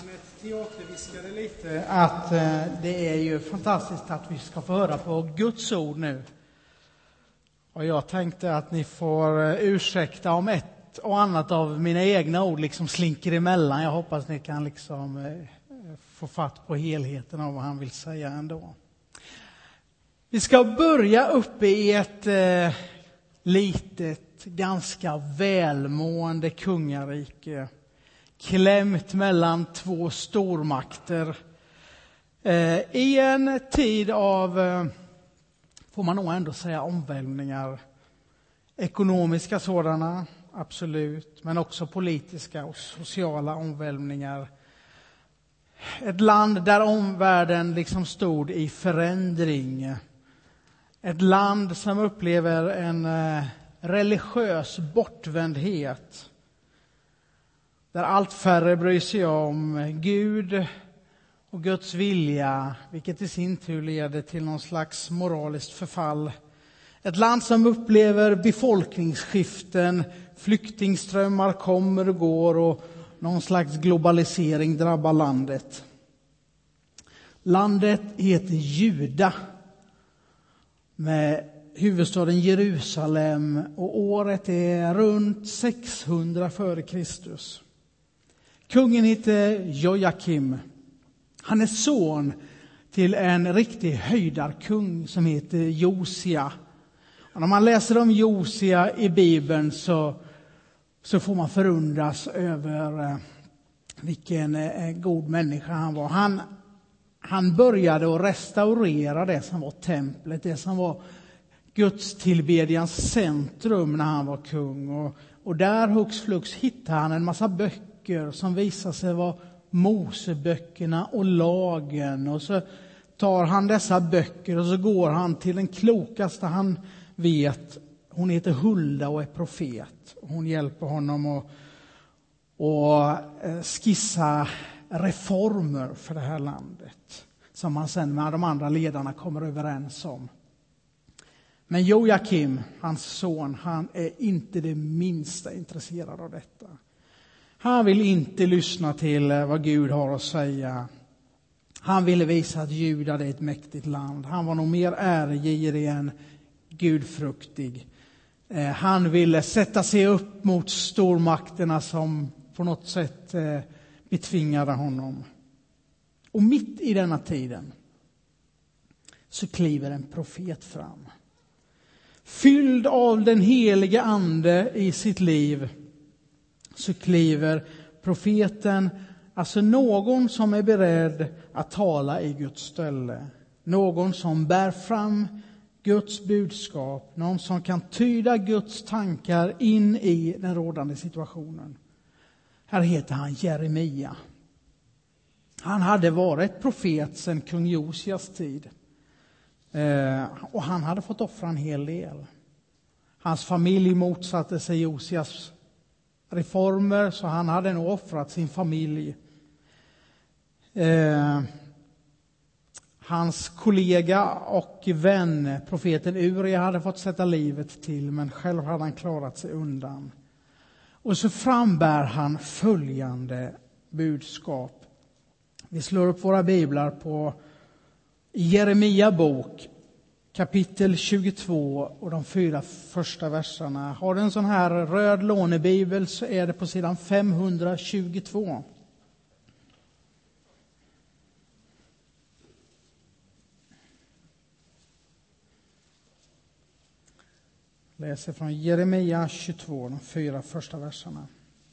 Jeanette teaterviskade lite att det är ju fantastiskt att vi ska få höra på Guds ord nu. Och jag tänkte att ni får ursäkta om ett och annat av mina egna ord liksom slinker emellan. Jag hoppas ni kan liksom få fatt på helheten av vad han vill säga ändå. Vi ska börja uppe i ett litet, ganska välmående kungarike. Klämt mellan två stormakter. I en tid av, får man nog ändå säga, omvälvningar. Ekonomiska sådana, absolut. Men också politiska och sociala omvälvningar. Ett land där omvärlden liksom stod i förändring. Ett land som upplever en religiös bortvändhet. Där allt färre bryr sig om Gud och Guds vilja, vilket i sin tur leder till någon slags moraliskt förfall. Ett land som upplever befolkningsskiften, flyktingströmmar kommer och går och någon slags globalisering drabbar landet. Landet heter Juda med huvudstaden Jerusalem och året är runt 600 före Kristus. Kungen heter Jojakim. Han är son till en riktig höjdarkung som heter Josia. Och när man läser om Josia i Bibeln så får man förundras över vilken god människa han var. Han började att restaurera det som var templet, det som var Guds tillbedjans centrum när han var kung. Och där hux flux hittade han en massa böcker som visar sig vara Moseböckerna och lagen. Och så tar han dessa böcker och så går han till den klokaste han vet. Hon heter Hulda och är profet. Hon hjälper honom att skissa reformer för det här landet. Som han sen med de andra ledarna kommer överens om. Men Jojakim, hans son, han är inte det minsta intresserad av detta. Han vill inte lyssna till vad Gud har att säga. Han ville visa att Juda är ett mäktigt land. Han var nog mer äregirig än gudfruktig. Han ville sätta sig upp mot stormakterna som på något sätt betvingade honom. Och mitt i denna tiden så kliver en profet fram. Fylld av den helige ande i sitt liv så kliver profeten, alltså någon som är beredd att tala i Guds ställe. Någon som bär fram Guds budskap. Någon som kan tyda Guds tankar in i den rådande situationen. Här heter han Jeremia. Han hade varit profet sedan kung Josias tid. Och han hade fått offra en hel del. Hans familj motsatte sig Josias reformer, så han hade nog offrat sin familj. Hans kollega och vän, profeten Uria, hade fått sätta livet till, men själv hade han klarat sig undan. Och så frambär han följande budskap. Vi slår upp våra biblar på Jeremia bok, kapitel 22 och de 4 första verserna. Har du en sån här röd lånebibel så är det på sidan 522. Läser från Jeremia 22, de 4 första verserna.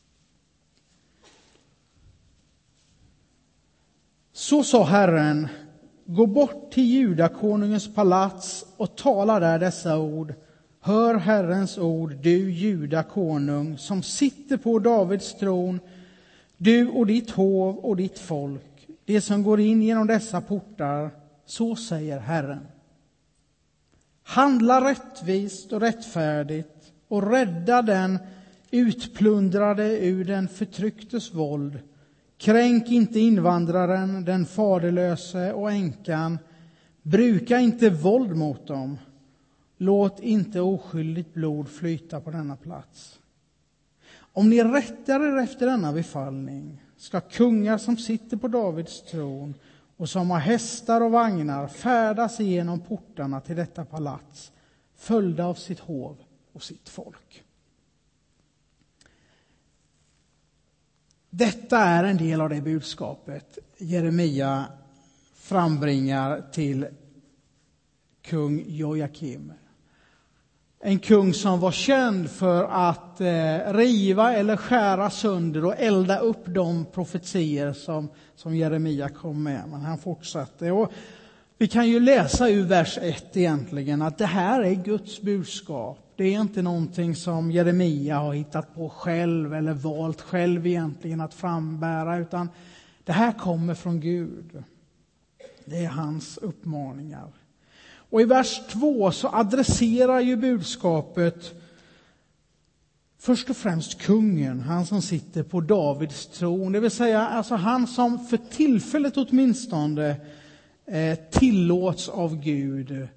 Så sa Herren: gå bort till Judakonungens palats och tala där dessa ord. Hör Herrens ord, du Judakonung som sitter på Davids tron, du och ditt hov och ditt folk, det som går in genom dessa portar. Så säger Herren: handla rättvist och rättfärdigt och rädda den utplundrade ur den förtrycktes våld. Kränk inte invandraren, den faderlöse och änkan. Bruka inte våld mot dem. Låt inte oskyldigt blod flyta på denna plats. Om ni rättar er efter denna befallning, ska kungar som sitter på Davids tron och som har hästar och vagnar färdas igenom portarna till detta palats, följda av sitt hov och sitt folk. Detta är en del av det budskapet Jeremia frambringar till kung Jojakim. En kung som var känd för att riva eller skära sönder och elda upp de profetier som Jeremia kom med. Men han fortsatte. Och vi kan ju läsa ur vers 1 egentligen att det här är Guds budskap. Det är inte någonting som Jeremia har hittat på själv eller valt själv egentligen att frambära, utan det här kommer från Gud. Det är hans uppmaningar. Och i vers 2 så adresserar ju budskapet först och främst kungen, han som sitter på Davids tron. Det vill säga alltså han som för tillfället åtminstone tillåts av Gud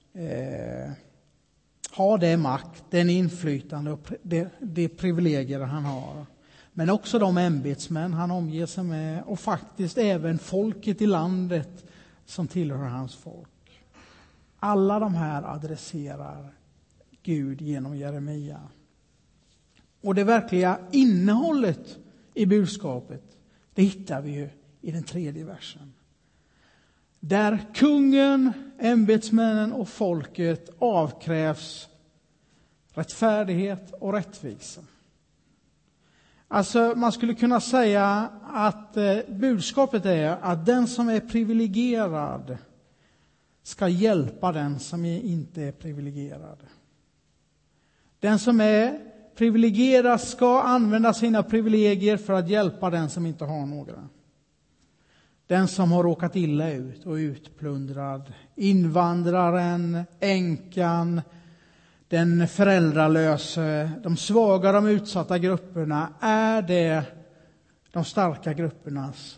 ha det makt, den inflytande och det privilegier han har. Men också de ämbetsmän han omger sig med och faktiskt även folket i landet som tillhör hans folk. Alla de här adresserar Gud genom Jeremia. Och det verkliga innehållet i budskapet, det hittar vi ju i den 3:e versen. Där kungen, ämbetsmännen och folket avkrävs rättfärdighet och rättvisa. Alltså man skulle kunna säga att budskapet är att den som är privilegierad ska hjälpa den som inte är privilegierad. Den som är privilegierad ska använda sina privilegier för att hjälpa den som inte har några. Den som har råkat illa ut och utplundrad, invandraren, änkan, den föräldralöse, de svaga, de utsatta grupperna, är det de starka gruppernas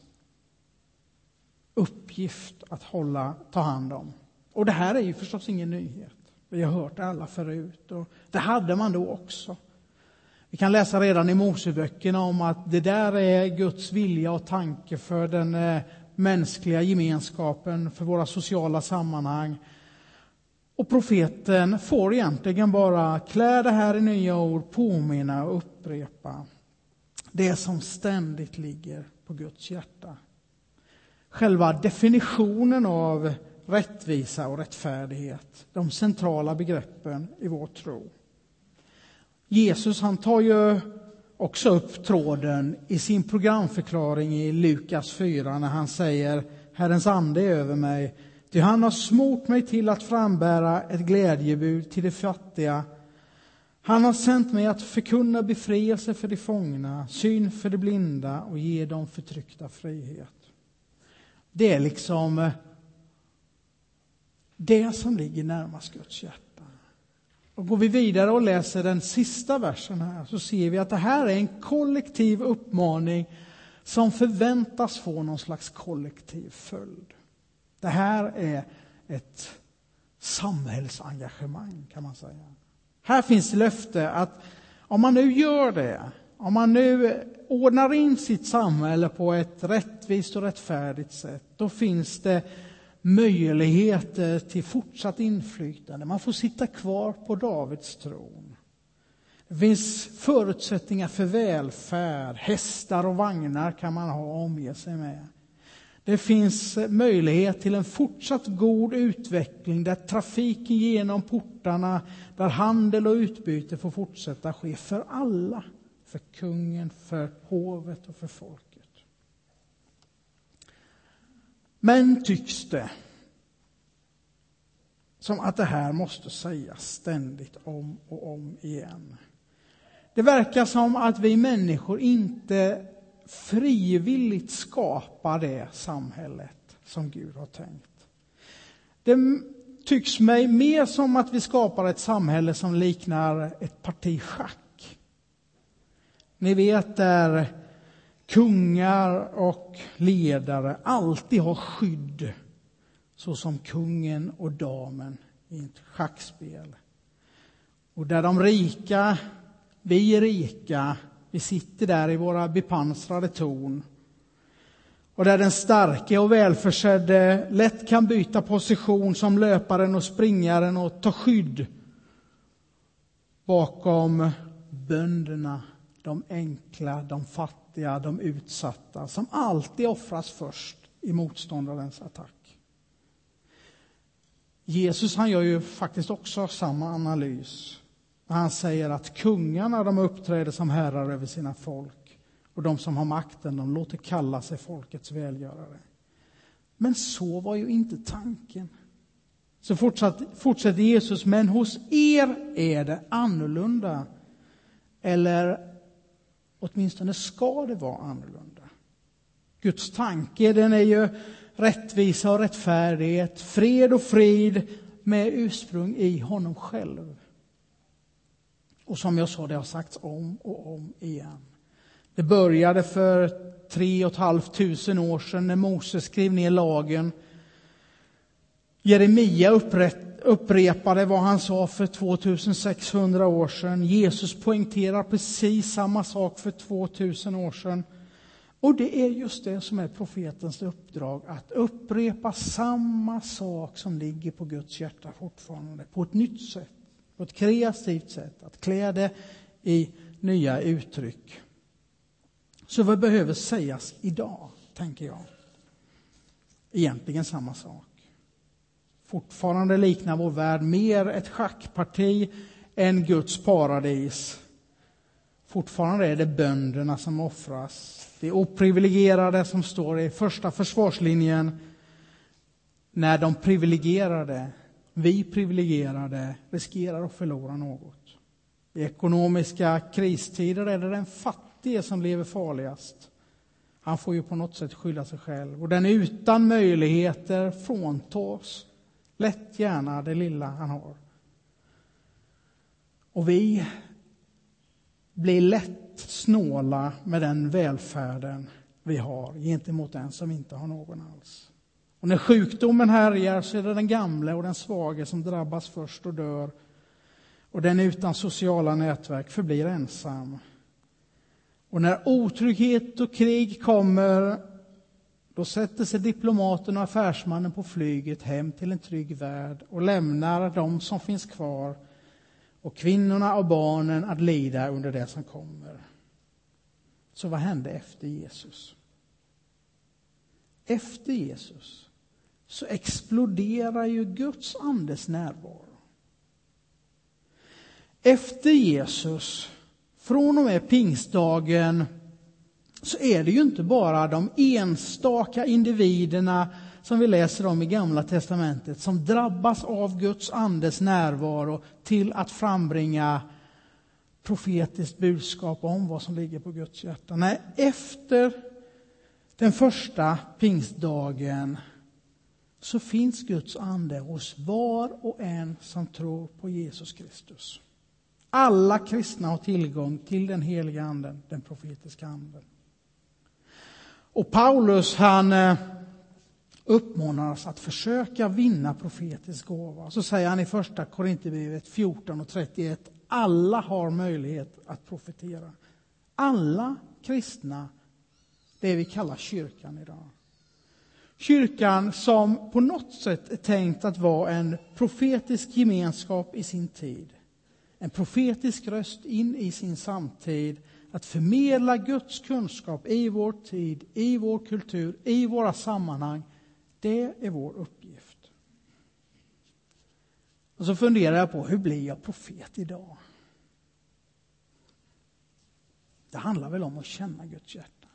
uppgift att ta hand om. Och det här är ju förstås ingen nyhet. Vi har hört det alla förut och det hade man då också. Vi kan läsa redan i Moseböckerna om att det där är Guds vilja och tanke för den mänskliga gemenskapen, för våra sociala sammanhang. Och profeten får egentligen bara klä det här i nya ord, påminna och upprepa det som ständigt ligger på Guds hjärta. Själva definitionen av rättvisa och rättfärdighet, de centrala begreppen i vår tro. Jesus han tar ju också upp tråden i sin programförklaring i Lukas 4 när han säger: Herrens ande är över mig, ty han har smort mig till att frambära ett glädjebud till de fattiga. Han har sänt mig att förkunna befrielse för de fångna, syn för de blinda och ge dem förtryckta frihet. Det är liksom det som ligger närmast Guds hjärta. Och går vi vidare och läser den sista versen här så ser vi att det här är en kollektiv uppmaning som förväntas få någon slags kollektiv följd. Det här är ett samhällsengagemang kan man säga. Här finns löfte att om man nu gör det, om man nu ordnar in sitt samhälle på ett rättvist och rättfärdigt sätt, då finns det möjligheter till fortsatt inflytande. Man får sitta kvar på Davids tron. Det finns förutsättningar för välfärd, hästar och vagnar kan man ha och omge sig med. Det finns möjlighet till en fortsatt god utveckling där trafiken genom portarna, där handel och utbyte får fortsätta ske för alla. För kungen, för hovet och för folket. Men tycks det som att det här måste sägas ständigt om och om igen. Det verkar som att vi människor inte frivilligt skapar det samhället som Gud har tänkt. Det tycks mig mer som att vi skapar ett samhälle som liknar ett parti schack. Ni vet där kungar och ledare alltid har skydd, så som kungen och damen i ett schackspel. Och där de rika, vi är rika, vi sitter där i våra bepansrade torn Och där den starke och välförsedde lätt kan byta position som löparen och springaren och ta skydd bakom bönderna, de enkla, de fattiga, de utsatta, som alltid offras först i motståndarens attack. Jesus, han gör ju faktiskt också samma analys. Han säger att kungarna, de uppträder som herrar över sina folk, och de som har makten, de låter kalla sig folkets välgörare. Men så var ju inte tanken. Så fortsätter Jesus, men hos er är det annorlunda. Eller åtminstone ska det vara annorlunda. Guds tanke, den är ju rättvisa och rättfärdighet, fred och frid med ursprung i honom själv. Och som jag sa, det har sagts om och om igen. Det började för 3 500 år sedan när Moses skrev ner lagen. Jeremia upprepade vad han sa för 2600 år sedan. Jesus poängterar precis samma sak för 2000 år sedan. Och det är just det som är profetens uppdrag, att upprepa samma sak som ligger på Guds hjärta fortfarande, på ett nytt sätt, på ett kreativt sätt, att klä det i nya uttryck. Så vad behöver sägas idag, tänker jag? Egentligen samma sak. Fortfarande liknar vår värld mer ett schackparti än Guds paradis. Fortfarande är det bönderna som offras. Det är oprivilegierade som står i första försvarslinjen när de privilegierade, vi privilegierade, riskerar att förlora något. I ekonomiska kristider är det den fattige som lever farligast. Han får ju på något sätt skydda sig själv. Och den utan möjligheter fråntas lätt gärna det lilla han har. Och vi blir lätt snåla med den välfärden vi har gentemot den som inte har någon alls. Och när sjukdomen härjar så är det den gamle och den svage som drabbas först och dör. Och den utan sociala nätverk förblir ensam. Och när otrygghet och krig kommer, då sätter sig diplomaten och affärsmannen på flyget hem till en trygg värld och lämnar de som finns kvar och kvinnorna och barnen att lida under det som kommer. Så vad hände efter Jesus? Efter Jesus så exploderar ju Guds andes närvaro. Efter Jesus, från och med pingstdagen, så är det ju inte bara de enstaka individerna som vi läser om i Gamla testamentet som drabbas av Guds andes närvaro till att frambringa profetiskt budskap om vad som ligger på Guds hjärta. Nej, efter den första pingstdagen så finns Guds ande hos var och en som tror på Jesus Kristus. Alla kristna har tillgång till den heliga anden, den profetiska anden. Och Paulus, han uppmanar oss att försöka vinna profetisk gåva. Så säger han i första Korinthierbrevet 14:31, alla har möjlighet att profetera. Alla kristna, det vi kallar kyrkan idag. Kyrkan som på något sätt är tänkt att vara en profetisk gemenskap i sin tid. En profetisk röst in i sin samtid. Att förmedla Guds kunskap i vår tid, i vår kultur, i våra sammanhang. Det är vår uppgift. Och så funderar jag på, hur blir jag profet idag? Det handlar väl om att känna Guds hjärta.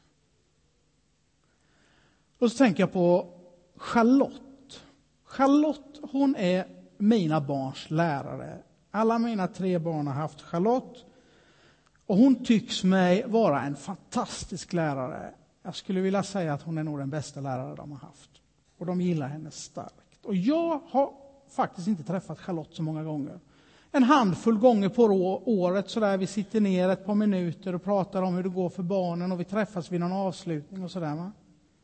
Och så tänker jag på Charlotte. Charlotte, hon är mina barns lärare. Alla mina 3 barn har haft Charlotte. Och hon tycks mig vara en fantastisk lärare. Jag skulle vilja säga att hon är nog den bästa lärare de har haft. Och de gillar henne starkt. Och jag har faktiskt inte träffat Charlotte så många gånger. En handfull gånger på året så där vi sitter ner ett par minuter och pratar om hur det går för barnen. Och vi träffas vid någon avslutning och sådär, va?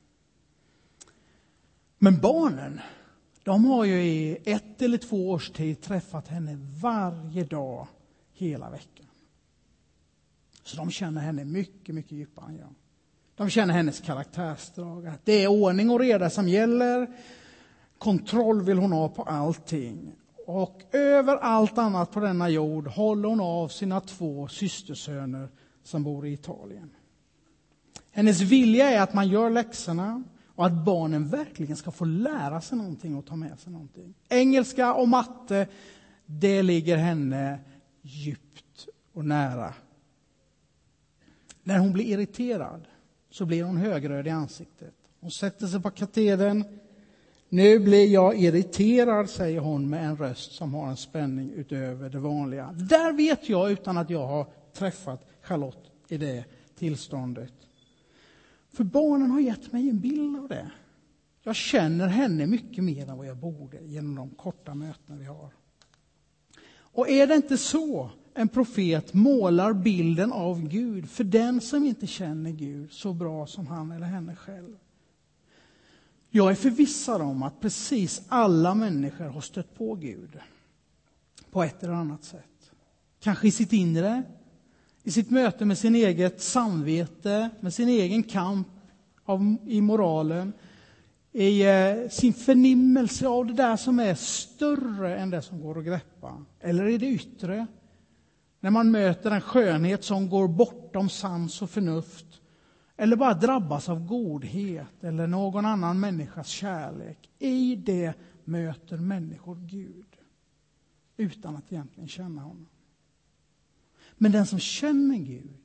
Men barnen, de har ju i 1 eller 2 års tid träffat henne varje dag hela veckan. Så de känner henne mycket, mycket djupare än jag. De känner hennes karaktärsdrag. Att det är ordning och reda som gäller. Kontroll vill hon ha på allting. Och över allt annat på denna jord håller hon av sina 2 systersöner som bor i Italien. Hennes vilja är att man gör läxorna och att barnen verkligen ska få lära sig någonting och ta med sig någonting. Engelska och matte, det ligger henne djupt och nära. När hon blir irriterad så blir hon högröd i ansiktet. Hon sätter sig på katedern. Nu blir jag irriterad, säger hon med en röst som har en spänning utöver det vanliga. Där vet jag, utan att jag har träffat Charlotte i det tillståndet. För barnen har gett mig en bild av det. Jag känner henne mycket mer än vad jag borde genom de korta möten vi har. Och är det inte så en profet målar bilden av Gud för den som inte känner Gud så bra som han eller henne själv? Jag är förvissad om att precis alla människor har stött på Gud på ett eller annat sätt. Kanske i sitt inre, i sitt möte med sin eget samvete, med sin egen kamp i moralen, i sin förnimmelse av det där som är större än det som går att greppa. Eller i det yttre, när man möter en skönhet som går bortom sans och förnuft. Eller bara drabbas av godhet eller någon annan människas kärlek. I det möter människor Gud utan att egentligen känna honom. Men den som känner Gud,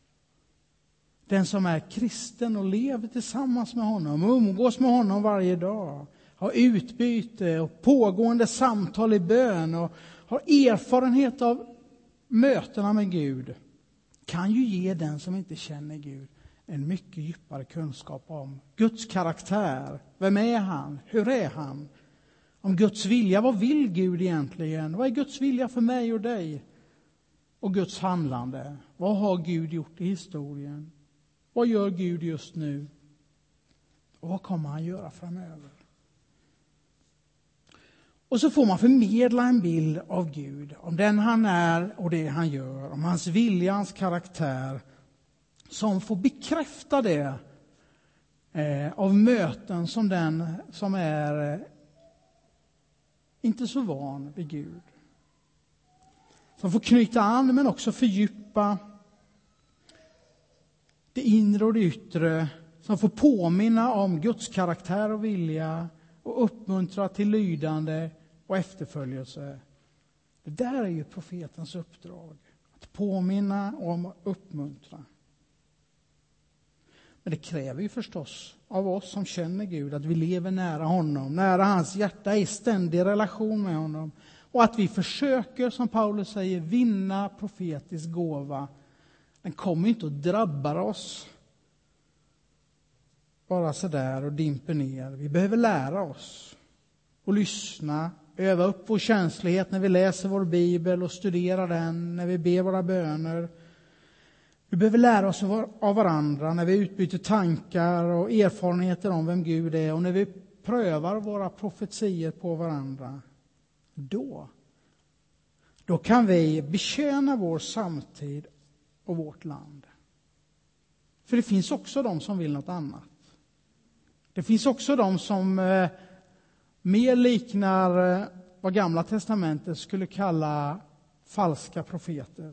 den som är kristen och lever tillsammans med honom, umgås med honom varje dag, har utbyte och pågående samtal i bön och har erfarenhet av mötena med Gud, kan ju ge den som inte känner Gud en mycket djupare kunskap om Guds karaktär. Vem är han? Hur är han? Om Guds vilja, vad vill Gud egentligen? Vad är Guds vilja för mig och dig? Och Guds handlande. Vad har Gud gjort i historien? Vad gör Gud just nu? Och vad kommer han göra framöver? Och så får man förmedla en bild av Gud, om den han är och det han gör, om hans vilja, hans karaktär, som får bekräfta det av möten som den som är inte så van vid Gud. Som får knyta an men också fördjupa det inre och det yttre, som får påminna om Guds karaktär och vilja och uppmuntra till lydande och efterföljelse. Det där är ju profetens uppdrag, att påminna om uppmuntra. Men det kräver ju förstås av oss som känner Gud att vi lever nära honom, nära hans hjärta, i ständig relation med honom. Och att vi försöker, som Paulus säger, vinna profetisk gåva. Den kommer inte att drabba oss bara så där och dimper ner. Vi behöver lära oss och lyssna, öva upp vår känslighet när vi läser vår bibel och studerar den, när vi ber våra böner. Vi behöver lära oss av varandra när vi utbyter tankar och erfarenheter om vem Gud är och när vi prövar våra profetier på varandra. Då kan vi betjäna vår samtid och vårt land. För det finns också de som vill något annat. Det finns också de som mer liknar vad Gamla testamentet skulle kalla falska profeter.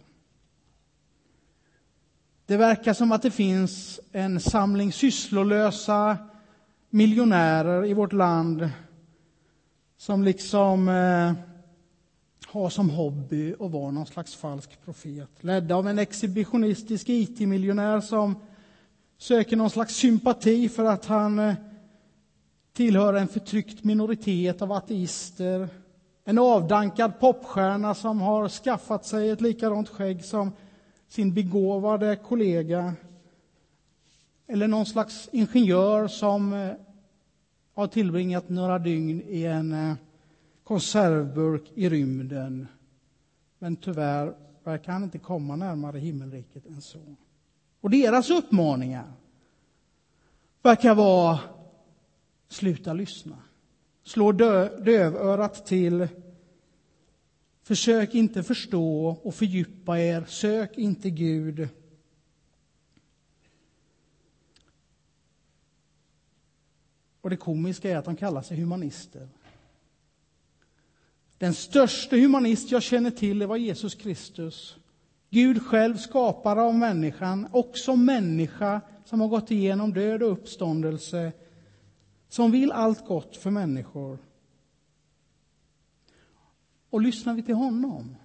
Det verkar som att det finns en samling sysslolösa miljonärer i vårt land som liksom har som hobby att vara någon slags falsk profet. Ledda av en exhibitionistisk IT-miljonär som söker någon slags sympati för att han tillhör en förtryckt minoritet av ateister. En avdankad popstjärna som har skaffat sig ett likadant skägg som sin begåvade kollega. Eller någon slags ingenjör som har tillbringat några dygn i en konservburk i rymden. Men tyvärr verkar han inte komma närmare himmelriket än så. Och deras uppmaningar verkar vara: sluta lyssna. Slå dövörat till. Försök inte förstå och fördjupa er. Sök inte Gud. Och det komiska är att de kallar sig humanister. Den största humanist jag känner till var Jesus Kristus. Gud själv, skapare av människan, också människa som har gått igenom död och uppståndelse, som vill allt gott för människor. Och lyssnar vi till honom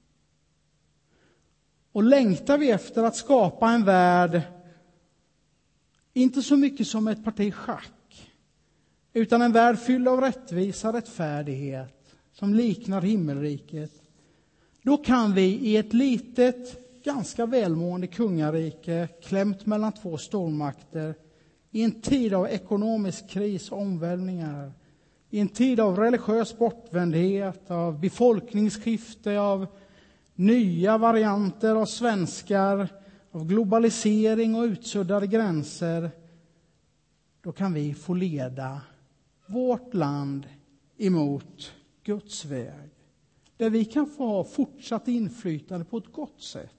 och längtar vi efter att skapa en värld, inte så mycket som ett parti schack, utan en värld fylld av rättvisa och rättfärdighet som liknar himmelriket, då kan vi i ett litet, ganska välmående kungarike, klämt mellan två stormakter, i en tid av ekonomisk kris och omvälvningar, i en tid av religiös bortvändhet, av befolkningsskifte, av nya varianter av svenskar, av globalisering och utsuddade gränser, då kan vi få leda vårt land emot Guds väg. Där vi kan få ha fortsatt inflytande på ett gott sätt.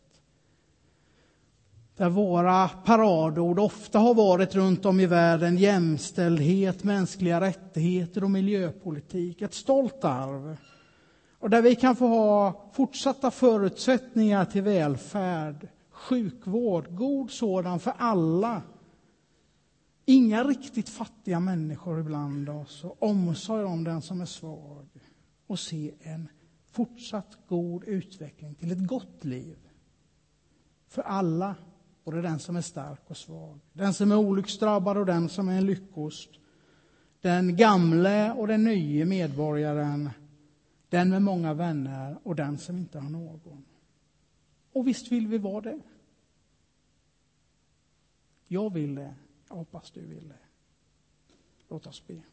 Där våra paradord ofta har varit runt om i världen jämställdhet, mänskliga rättigheter och miljöpolitik. Ett stolt arv. Och där vi kan få ha fortsatta förutsättningar till välfärd, sjukvård, god sådan för alla. Inga riktigt fattiga människor ibland oss och omsorg om den som är svag. Och se en fortsatt god utveckling till ett gott liv. För alla, både den som är stark och svag. Den som är olycksdrabbad och den som är en lyckost. Den gamle och den nya medborgaren. Den med många vänner och den som inte har någon. Och visst vill vi vara det. Jag vill det. Jag hoppas du vill det. Låt oss be.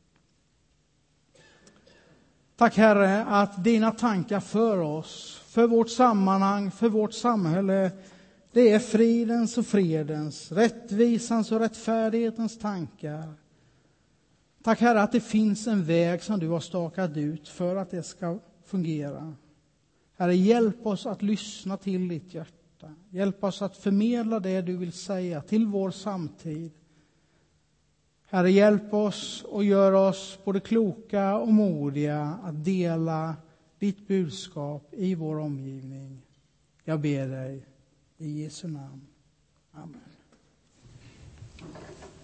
Tack Herre att dina tankar för oss, för vårt sammanhang, för vårt samhälle, det är fridens och fredens, rättvisans och rättfärdighetens tankar. Tack Herre att det finns en väg som du har stakat ut för att det ska fungera. Herre, hjälp oss att lyssna till ditt hjärta. Hjälp oss att förmedla det du vill säga till vår samtid. Herre, hjälp oss och gör oss både kloka och modiga att dela ditt budskap i vår omgivning. Jag ber dig i Jesu namn. Amen.